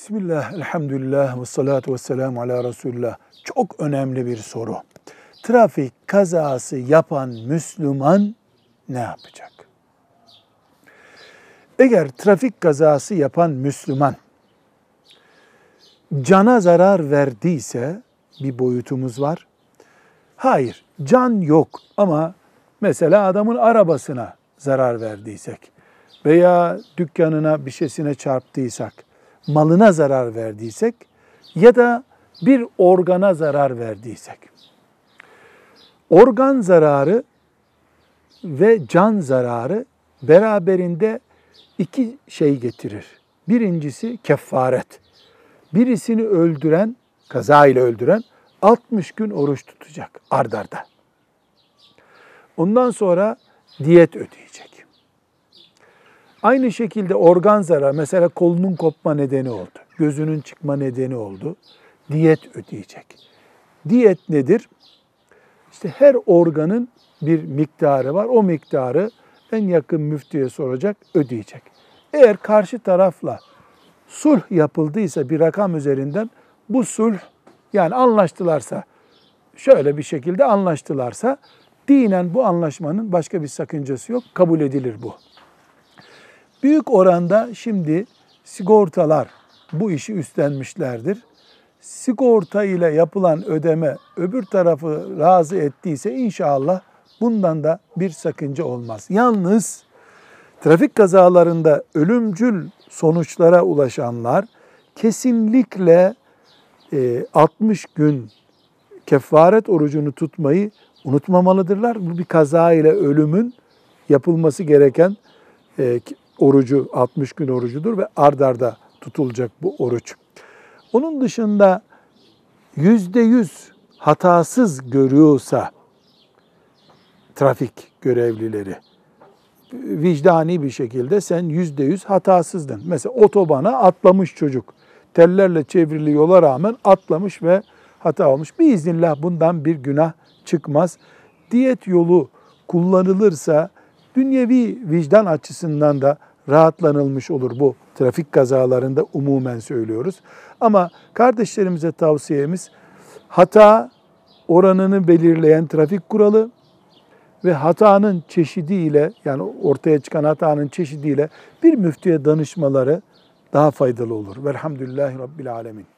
Bismillah, elhamdülillah ve salatu ve selamu ala Resulullah. Çok önemli bir soru. Trafik kazası yapan Müslüman ne yapacak? Eğer trafik kazası yapan Müslüman cana zarar verdiyse bir boyutumuz var. Hayır, can yok ama mesela adamın arabasına zarar verdiysek veya dükkanına bir şeysine çarptıysak, malına zarar verdiysek ya da bir organa zarar verdiysek. Organ zararı ve can zararı beraberinde iki şey getirir. Birincisi kefaret. Birisini öldüren, kaza ile öldüren 60 gün oruç tutacak ard arda. Ondan sonra diyet ödeyecek. Aynı şekilde organ zararı, mesela kolunun kopma nedeni oldu, gözünün çıkma nedeni oldu, diyet ödeyecek. Diyet nedir? İşte her organın bir miktarı var, o miktarı en yakın müftüye soracak, ödeyecek. Eğer karşı tarafla sulh yapıldıysa bir rakam üzerinden, bu sulh, yani anlaştılarsa, şöyle bir şekilde anlaştılarsa, dinen bu anlaşmanın başka bir sakıncası yok, kabul edilir bu. Büyük oranda şimdi sigortalar bu işi üstlenmişlerdir. Sigorta ile yapılan ödeme öbür tarafı razı ettiyse inşallah bundan da bir sakınca olmaz. Yalnız trafik kazalarında ölümcül sonuçlara ulaşanlar kesinlikle 60 gün kefaret orucunu tutmayı unutmamalıdırlar. Bu bir kaza ile ölümün yapılması gereken orucu, 60 gün orucudur ve ard arda tutulacak bu oruç. Onun dışında %100 hatasız görüyorsa trafik görevlileri, vicdani bir şekilde sen %100 hatasızdın. Mesela otobana atlamış çocuk, tellerle çevrili yola rağmen atlamış ve hata olmuş. Biiznillah bundan bir günah çıkmaz. Diyet yolu kullanılırsa dünyevi vicdan açısından da rahatlanılmış olur, bu trafik kazalarında umumen söylüyoruz. Ama kardeşlerimize tavsiyemiz, hata oranını belirleyen trafik kuralı ve hatanın çeşidiyle, yani ortaya çıkan hatanın çeşidiyle bir müftüye danışmaları daha faydalı olur. Velhamdülillahi Rabbil Alemin.